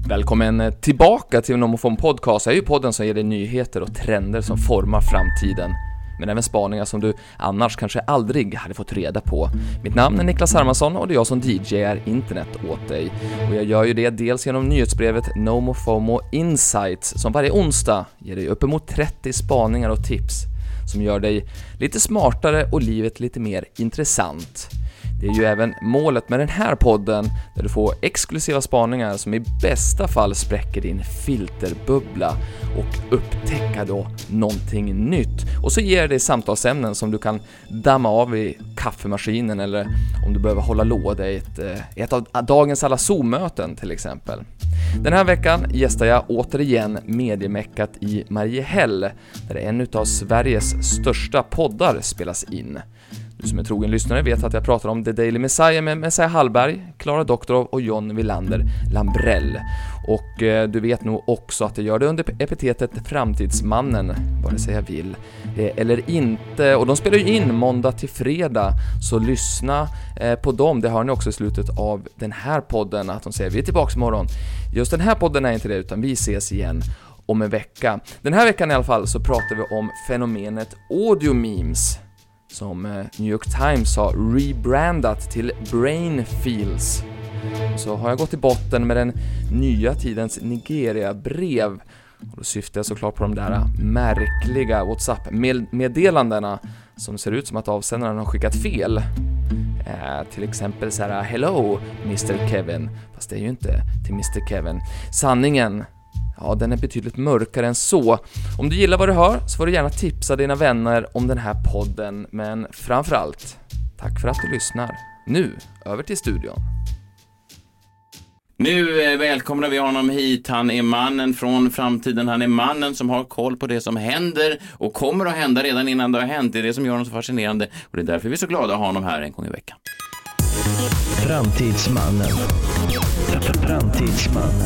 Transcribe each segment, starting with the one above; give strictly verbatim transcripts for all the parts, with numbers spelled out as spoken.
Välkommen tillbaka till Nomofon Podcast. Det är ju podden som ger dig nyheter och trender som formar framtiden. Men även spaningar som du annars kanske aldrig hade fått reda på. Mitt namn är Niklas Hermansson och det är jag som D J är internet åt dig. Och jag gör ju det dels genom nyhetsbrevet Nomofomo Insights som varje onsdag ger dig uppemot trettio spaningar och tips som gör dig lite smartare och livet lite mer intressant. Det är ju även målet med den här podden där du får exklusiva spaningar som i bästa fall spräcker din filterbubbla och upptäcka då någonting nytt. Och så ger det dig samtalsämnen som du kan damma av i kaffemaskinen eller om du behöver hålla låda i ett, ett av dagens alla Zoom-möten till exempel. Den här veckan gästar jag återigen Mediemeckat i Mariehäll där en av Sveriges största poddar spelas in. Du som är trogen lyssnare vet att jag pratar om The Daily Messiah med Messiah Hallberg, Klara Doktorov och John Wilander Lambrell. Och eh, du vet nog också att jag gör det under epitetet Framtidsmannen, vare sig jag vill eh, eller inte. Och de spelar ju in måndag till fredag, så lyssna eh, på dem. Det har ni också i slutet av den här podden, att de säger vi är tillbaka imorgon. Just den här podden är inte det, utan vi ses igen om en vecka. Den här veckan i alla fall så pratar vi om fenomenet audio memes, som New York Times har rebrandat till Brain Feels. Så har jag gått i botten med den nya tidens Nigeria-brev. Och då syftar jag såklart på de där märkliga WhatsApp-meddelandena som ser ut som att avsändaren har skickat fel. Eh, till exempel så här: hello mister Kevin. Fast det är ju inte till mister Kevin. Sanningen, ja, den är betydligt mörkare än så. Om du gillar vad du hör så får du gärna tipsa dina vänner om den här podden. Men framförallt, tack för att du lyssnar. Nu, över till studion. Nu eh, välkomnar vi honom hit. Han är mannen från framtiden. Han är mannen som har koll på det som händer och kommer att hända redan innan det har hänt. Det är det som gör honom så fascinerande. Och det är därför vi är så glada att ha honom här en gång i veckan. Framtidsmannen. Framtidsmannen.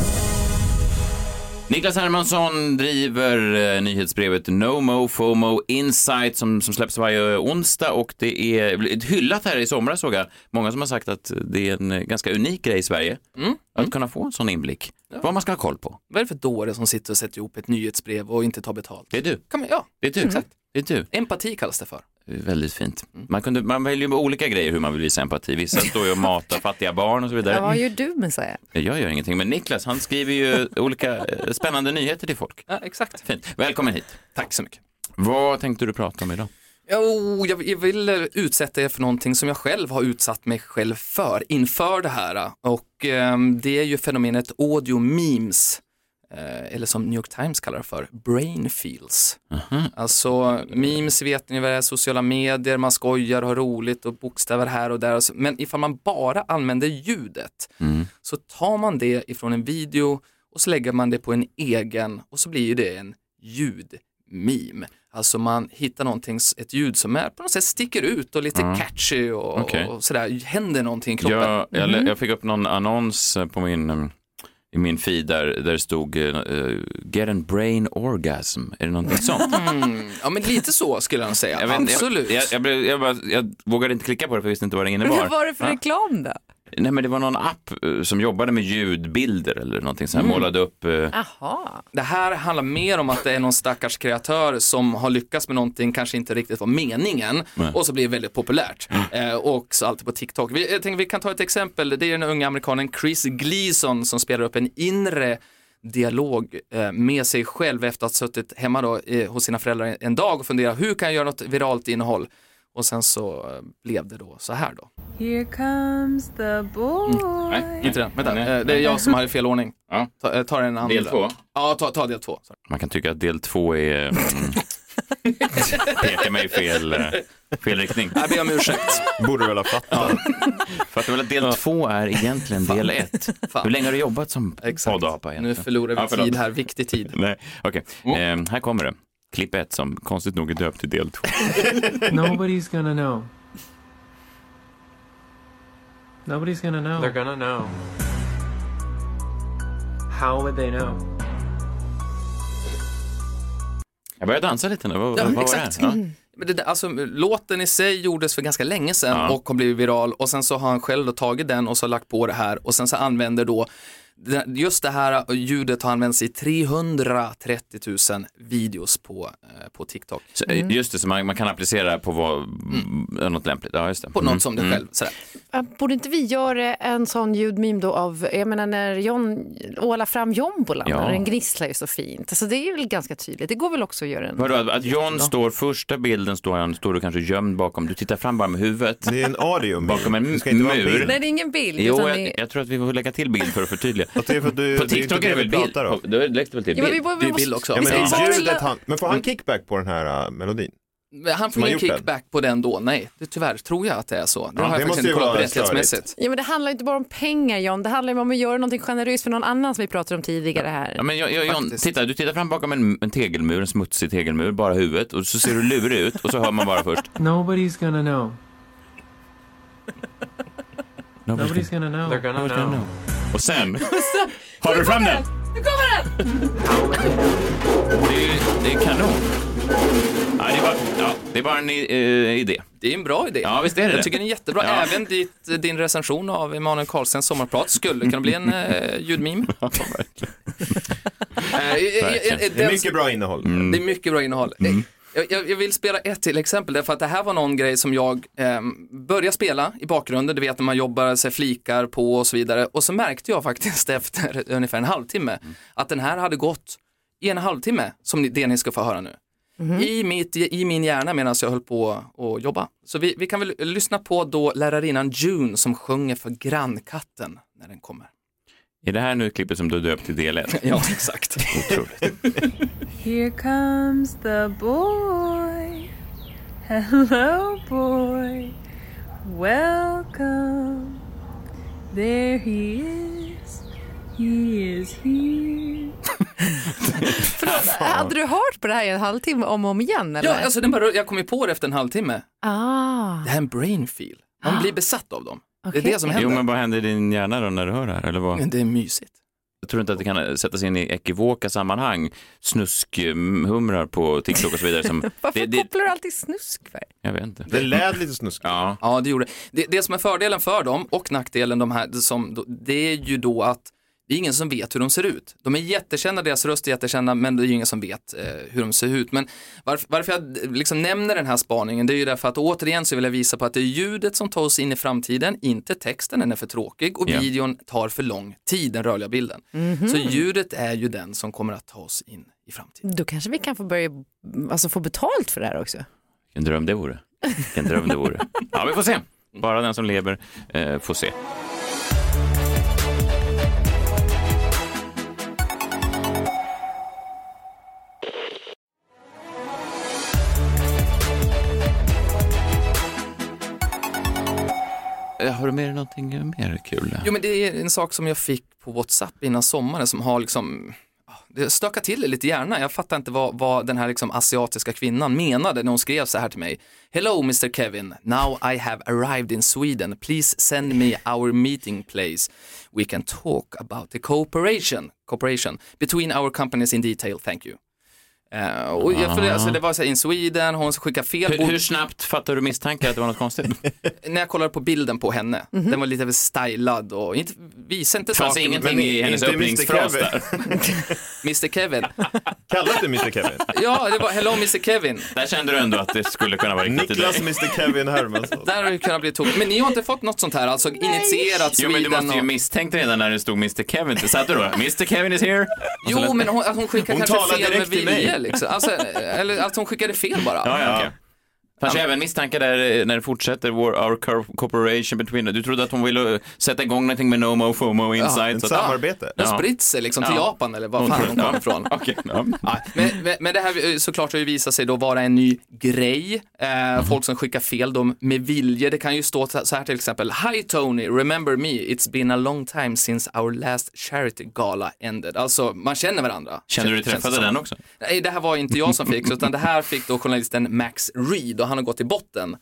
Niklas Hermansson driver eh, nyhetsbrevet Nomofomo Insights som, som släpps varje onsdag, och det är ett hyllat här i somras, såg jag. Många som har sagt att det är en ganska unik grej i Sverige mm. att mm. kunna få en sån inblick. Ja. Vad man ska ha koll på. Vad är det för dåre som sitter och sätter ihop ett nyhetsbrev och inte tar betalt? Det är du. Kan man, ja, det är du. Exakt. Det är du. Empati kallas det för. Väldigt fint. Man, kunde, man väljer ju olika grejer hur man vill visa empati. Vissa står ju och matar fattiga barn och så vidare. Ja, vad gör du med sig? Jag gör ingenting, men Niklas, han skriver ju olika spännande nyheter till folk. Ja, exakt. Fint. Välkommen hit. Tack så mycket. Vad tänkte du prata om idag? Jo, jag vill utsätta er för någonting som jag själv har utsatt mig själv för inför det här. Och eh, det är ju fenomenet audio memes. Eller som New York Times kallar det för, brain feels. Uh-huh. Alltså memes, vet ni vad det är, sociala medier, man skojar och har roligt och bokstäver här och där. Men ifall man bara använder ljudet mm. så tar man det ifrån en video och så lägger man det på en egen och så blir det en ljudmeme. Alltså man hittar någonting, ett ljud som är på något sätt sticker ut och lite uh-huh. catchy och, okay. och sådär, händer någonting i kroppen. Jag, jag, mm. jag fick upp någon annons på min... i min feed där, där det stod uh, get a brain orgasm. Är det någonting sånt? Mm, ja, men lite så skulle jag säga. Jag vet, Absolut. Jag, jag, jag, jag, bara, jag vågade inte klicka på det för jag visste inte vad det innebar. Vad var det för ja. reklam då? Nej, men det var någon app uh, som jobbade med ljudbilder eller någonting så här, mm. målade upp... Uh... Aha. Det här handlar mer om att det är någon stackars kreatör som har lyckats med någonting, kanske inte riktigt var meningen, mm. och så blir det väldigt populärt. Mm. Uh, och så alltid på TikTok. Vi, jag tänker vi kan ta ett exempel. Det är den unga amerikanen Chris Gleason som spelar upp en inre dialog uh, med sig själv efter att ha suttit hemma då, uh, hos sina föräldrar en dag och fundera hur kan jag göra något viralt innehåll? Och sen så blev det då så här då. Here comes the boy. Mm. Nej, inte den. Vänta, Nej. det är jag som har i fel ordning. Ja. Ta, ta den andra. Del två? Ja, ta, ta del två. Sorry. Man kan tycka att del två är... Mm, pekar mig i fel, fel riktning. Jag ber om ursäkt. Borde väl ha fattat. Ja. Fattar väl att del ja. två är egentligen del ett. Fan. Hur länge har du jobbat som poddapa egentligen? Nu förlorar vi ja, tid här, viktig tid. Nej, okej. Okay. Mm. Eh, här kommer det. Klipp ett som konstigt nog är döpt till del två. Nobody's gonna know. Nobody's gonna know. They're gonna know. How would they know? Jag började dansa lite nu. Vad, ja, vad exakt. var det? Ja. Men det, alltså, låten i sig gjordes för ganska länge sedan ja. och har blivit viral. Och sen så har han själv då tagit den och så lagt på det här. Och sen så använder då just det här ljudet har använts i trehundratrettio tusen videos på, eh, på TikTok. Så, mm. Just det, så man, man kan applicera på vad, mm. något lämpligt. Ja, just det. På mm. något som du själv. Sådär. Borde inte vi göra en sån ljudmeme då av, jag menar när John ålar fram jombolan, ja. när den gnisslar ju så fint. Alltså det är väl ganska tydligt. Det går väl också att göra en... Vadå, att John står, första bilden står han, står du kanske gömd bakom, du tittar fram bara med huvudet. Det är en audio bakom en det ska inte vara en mur. bild. Nej, det är ingen bild. Jo, utan jag, det... jag tror att vi får lägga till bild för att förtydliga. Och det är för att du, på TikTok är det väl bild? På, det lägger väl till bild? Ja, men vi, vi, vi det är måste... bild också. Ja, men, Ja. ljudet, han, men får han kickback på den här uh, melodin? Han får ingen kickback den. på den då, nej. Det, tyvärr tror jag att det är så. Det ja, har jag det faktiskt inte kollat på rättighetsmässigt. Ja, men det handlar inte bara om pengar, John. Det handlar om att göra någonting generöst för någon annan som vi pratade om tidigare här. Ja, men jag, jag, John, titta, du tittar fram bakom en, en tegelmur, en smutsig tegelmur, bara huvudet, och så ser du lurig ut och så hör man bara först. Nobody's gonna know. Nobody's, Nobody's gonna know. They're gonna know. know. Och sen, har du fram den? Nu kommer den! Det är, det är kanon. Ja, det, är bara, ja, det är bara en uh, idé. Det är en bra idé. Ja, visst är det. Jag tycker den är jättebra. Ja. Även dit, din recension av Emanuel Carlsens sommarprat skulle kunna bli en uh, ljudmeme. Ja, verkligen. uh, det är mycket bra innehåll. Mm. Det är mycket bra innehåll. Mm. Jag, jag vill spela ett till exempel, därför att det här var någon grej som jag eh, började spela i bakgrunden. Du vet när man jobbar sig flikar på och så vidare. Och så märkte jag faktiskt efter ungefär en halvtimme mm. att den här hade gått i en halvtimme, som det ni ska få höra nu. Mm. I, mitt, I min hjärna medan jag höll på att jobba. Så vi, vi kan väl lyssna på då lärarinnan June som sjunger för grannkatten när den kommer. Är det här nu klippet som du döpt till del ett? Ja, exakt. Otroligt. Here comes the boy. Hello, boy. Welcome. There he is. He is here. Hade du hört på det här i en halvtimme om och om igen? Eller? Ja, alltså den bara, jag kom ju på det efter en halvtimme. Ah. Det här är en brain feel. Man blir besatt av dem. Okay. Det är det som händer. Jo, men vad händer i din hjärna då när du hör det här? Eller vad? Men det är mysigt. Jag tror inte att det kan sättas in i ekivoka sammanhang. Snuskhumrar på TikTok och så vidare. Som, Varför det, det, kopplar du alltid snusk för? Jag vet inte. Det lät lite snusk. Ja. Ja, det gjorde det. Det som är fördelen för dem och nackdelen de här, som, det är ju då att det är ingen som vet hur de ser ut. De är jättekända, deras röst är jättekända, men det är ju ingen som vet eh, hur de ser ut. Men varför, varför jag liksom nämner den här spaningen, det är ju därför att återigen så vill jag visa på att det är ljudet som tar oss in i framtiden, inte texten, den är för tråkig och yeah. videon tar för lång tid, den rörliga bilden. Mm-hmm. Så ljudet är ju den som kommer att ta oss in i framtiden. Då kanske vi kan få börja, alltså få betalt för det här också. Vilken dröm det vore. Vilken dröm det vore. Ja, vi får se. Bara den som lever eh, får se. Har du med dig någonting mer kul? Jo, men det är en sak som jag fick på WhatsApp innan sommaren som har liksom, det stökar till det lite gärna. Jag fattar inte vad, vad den här liksom asiatiska kvinnan menade när hon skrev så här till mig. Hello mister Kevin, now I have arrived in Sweden. Please send me our meeting place. We can talk about the cooperation, cooperation between our companies in detail, thank you. Uh, och jag, för det, alltså, det var så här, in Sweden, hon skickade fel. Hur, hur snabbt fattar du misstankar att det var något konstigt? När jag kollade på bilden på henne, mm-hmm. den var lite stylad och inte, visade inte saker. Det fanns saker, ingenting i hennes öppningsfras där. mister Kevin. Kallade du mister Kevin? Ja, det var hello mister Kevin. Där kände du ändå att det skulle kunna vara riktigt. Niklas mister Kevin Hermansson. Där har det kunnat bli tog. Men ni har inte fått något sånt här, alltså initierat Sweden. Jo, men du måste ju och... misstänkt redan när det stod mister Kevin. Satt du då? mister Kevin is here. Jo, men hon, att hon skickade hon kanske fel med vilje liksom. Alltså, eller att hon skickade fel bara. Ja, ja, okej. Okay. Fanns även misstankar där när det fortsätter War, our cooperation between. Du trodde att hon ville sätta igång någonting med No Mo FOMO Insight. Ja, samarbete. Den ja. spritt sig liksom till ja. Japan eller vad fan hon kom ifrån. Okay, ja. Ja, men, men, men det här såklart har ju visat sig då vara en ny grej. Eh, mm. Folk som skickar fel dem med vilje. Det kan ju stå så här till exempel. Hi Tony, remember me? It's been a long time since our last charity gala ended. Alltså man känner varandra. Känner du träffade den också? Nej, det här var inte jag som fick, utan det här fick då journalisten Max Reed och han har gått i botten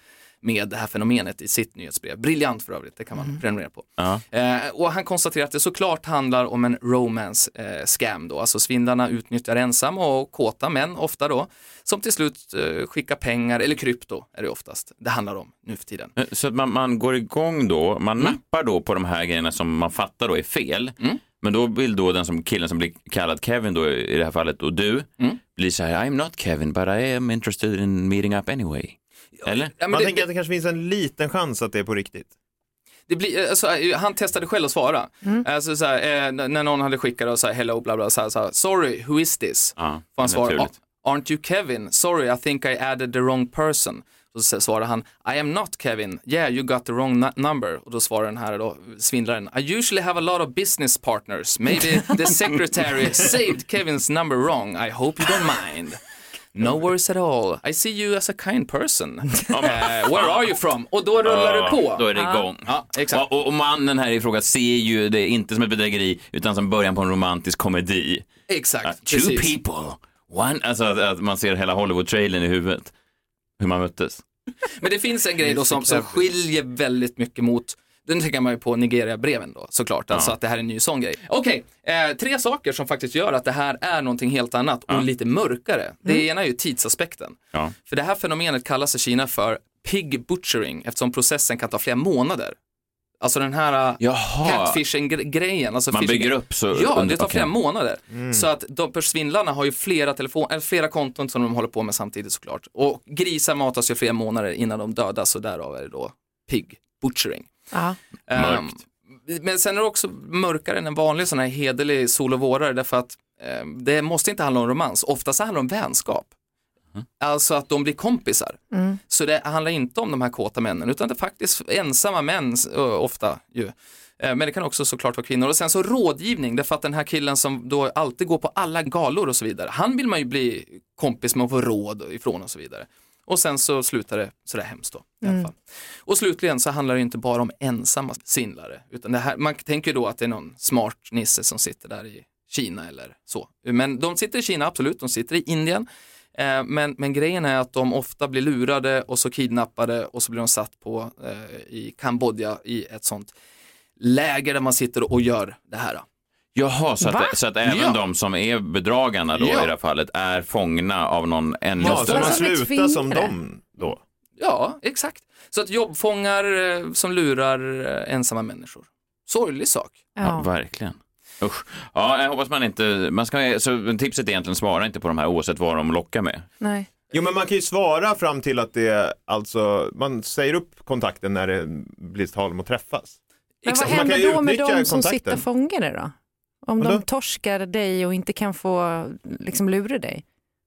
med det här fenomenet i sitt nyhetsbrev. Briljant för övrigt, det kan man mm. prenumerera på. Ja. Eh, och han konstaterar att det såklart handlar om en romance eh, scam då. Alltså svindlarna utnyttjar ensamma och kåta män ofta då, som till slut eh, skickar pengar, eller krypto är det oftast det handlar om nu för tiden. Så att man, man går igång då, man mm. nappar då på de här grejerna som man fattar då är fel. Mm. Men då vill då den som killen som blir kallad Kevin då i det här fallet och du mm. blir så här, I'm not Kevin but I am interested in meeting up anyway. Eller? Ja, man det, tänker att det kanske finns en liten chans att det är på riktigt. Det blir, alltså, han testade själv att svara. Mm. Alltså, så här, eh, när någon hade skickat och så här, hello bla bla så här, så här, sorry, who is this? Ja, får han svara, aren't you Kevin? Sorry, I think I added the wrong person. Så svarar han, I am not Kevin. Yeah, you got the wrong n- number. Och då svarar den här då, svindlaren, I usually have a lot of business partners. Maybe the secretary saved Kevin's number wrong. I hope you don't mind. No worries at all. I see you as a kind person. Uh, where are you from? Och då rullar ja, du på. Då är det igång. Ja, exakt. Och, och mannen här i fråga ser ju det inte som ett bedrägeri utan som början på en romantisk komedi. Exakt, uh, Two precis. people. One, alltså att, att man ser hela Hollywood-trailern i huvudet. Hur man möttes. Men det finns en grej då som, som skiljer väldigt mycket mot, den tänker man ju på Nigeria-breven då, såklart. Alltså ja. Att det här är en ny sån grej. Okej, okay, eh, tre saker som faktiskt gör att det här är någonting helt annat och ja. lite mörkare. Det mm. ena är ju tidsaspekten. Ja. För det här fenomenet kallas i Kina för pig butchering eftersom processen kan ta flera månader. Alltså den här catfishing-grejen. Alltså man fishing. bygger upp så... Ja, det tar okay. flera månader. Mm. Så att de svindlarna har ju flera, telefon, eller flera konton som de håller på med samtidigt såklart. Och grisar matas ju flera månader innan de dödas och därav är det då pig butchering. Ja. Um, Mörkt. Men sen är det också mörkare än en vanlig sån här hederlig sol- och vårare därför att um, det måste inte handla om romans. Oftast handlar det om vänskap. Mm. Alltså att de blir kompisar. Mm. Så det handlar inte om de här kåta männen utan det är faktiskt ensamma män ofta ju. Men det kan också såklart vara kvinnor. Och sen så rådgivning, därför att den här killen som då alltid går på alla galor och så vidare, han vill man ju bli kompis med och få råd ifrån och så vidare. Och sen så slutar det sådär hemskt då i alla fall. Mm. Och slutligen så handlar det inte bara om ensamma svindlare utan det här, man tänker då att det är någon smart nisse som sitter där i Kina eller så. Men de sitter i Kina absolut, de sitter i Indien. Men, men grejen är att de ofta blir lurade och så kidnappade och så blir de satt på eh, i Kambodja i ett sånt läger där man sitter och gör det här. Jaha, så att, så att även ja. de som är bedragarna då ja. i det här fallet är fångna av någon ännu ja, större. Så man slutar som dem då? Ja, exakt. Så att jobbfångar eh, som lurar eh, ensamma människor. Sorglig sak. Ja, ja verkligen. Usch. Ja, jag hoppas man inte, man ska, så tipset är egentligen svara inte på de här oavsett vad de lockar med. Nej. Jo, men man kan ju svara fram till att det, alltså, man säger upp kontakten när det blir tal om att träffas. Men vad händer då med de som sitter fångade då? Om de torskar dig och inte kan få liksom lura dig?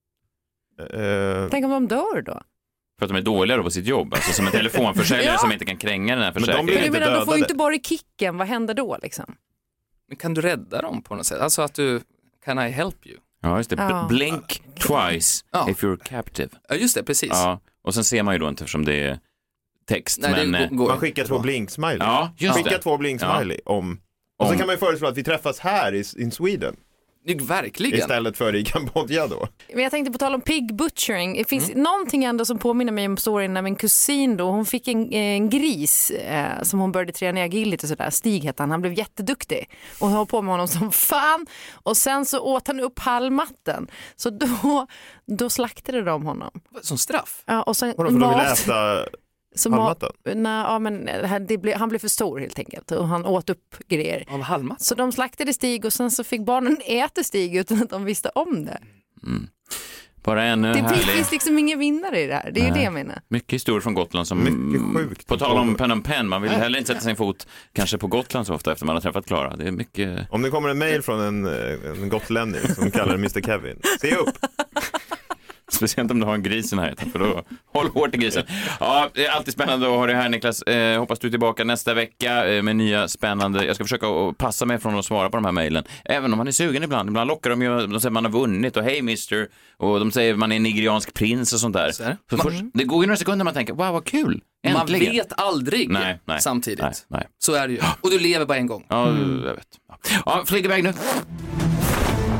Uh, Tänk om de dör då? För att de är dåliga då på sitt jobb. Alltså som en telefonförsäljare ja. som inte kan kränga den här försäkringen. Men de, blir inte de får ju inte bara i kicken. Vad händer då liksom? Men kan du rädda dem på något sätt? Alltså att du, can I help you? Ja, just det. Ja. Blink twice ja. if you're captive. Ja, just det, precis. Ja. Och sen ser man ju då inte eftersom det är text. Nej, men, det går, man skickar två blink-smiley. Ja, just Skicka det. två blink-smiley ja. om... Och så kan man ju föreslå att vi träffas här i in Sweden. Verkligen. Istället för i Kambodja då. Men jag tänkte på tal om pig butchering. Det finns mm. någonting ändå som påminner mig om storyn när min kusin då, hon fick en, en gris eh, som hon började träna agility och sådär. Stig hette han, han blev jätteduktig. Och höll på med honom som fan. Och sen så åt han upp halmmatten. Så då, då slaktade de honom. Som straff? Ja, och sen och då, för de ville äta... Som halmmatten? Nej, ja, men det blev, han blev för stor helt enkelt och han åt upp grejer. Av halmmatten? Så de slaktade Stig och sen så fick barnen äta Stig utan att de visste om det. Mm. Bara ännu det härlig. finns liksom ingen vinnare i det här, det är Nej. ju det jag menar. Mycket historier från Gotland som... Mycket sjukt. På tal om pen and pen, man vill heller inte sätta sin fot kanske på Gotland så ofta efter man har träffat Klara. Det är mycket... Om det kommer en mejl från en, en gotlänning som kallar mister Kevin, se upp! Speciellt om du har en gris i närheten, för då håll hårt i grisen. Ja, det är alltid spännande att ha dig här, Niklas. Eh, hoppas du är tillbaka nästa vecka eh, med nya spännande. Jag ska försöka att passa mig från att svara på de här mejlen. Även om man är sugen ibland. Ibland lockar de ju, de säger man har vunnit och hej mister. Och de säger man är en nigeriansk prins och sånt där. Så man, först, det går ju några sekunder man tänker, wow vad kul. Äntligen. Man vet aldrig nej, nej, samtidigt. Nej, nej. Så är det ju. Och du lever bara en gång. Ja, mm. jag vet. Ja, flyg iväg nu.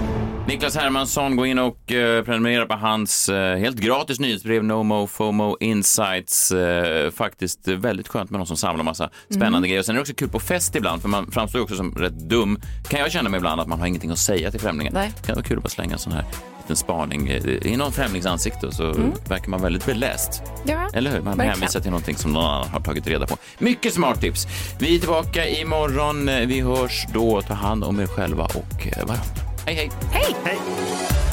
Niklas Hermansson, gå in och eh, prenumerera på hans eh, helt gratis nyhetsbrev NoMo FOMO Insights. Eh, faktiskt väldigt skönt med någon som samlar massa spännande mm. grejer. Och sen är det också kul på fest ibland, för man framstår också som rätt dum. Kan jag känna mig ibland att man har ingenting att säga till främlingen. Nej. Det kan vara kul att bara slänga en sån här liten spaning i någon främlings ansikte, så mm. verkar man väldigt beläst. Ja, eller hur? Man verkligen hänvisar till någonting som någon annan har tagit reda på. Mycket smart tips. Vi är tillbaka imorgon. Vi hörs då. Ta hand om er själva och varandra. Hej, hej! Hej! Hej!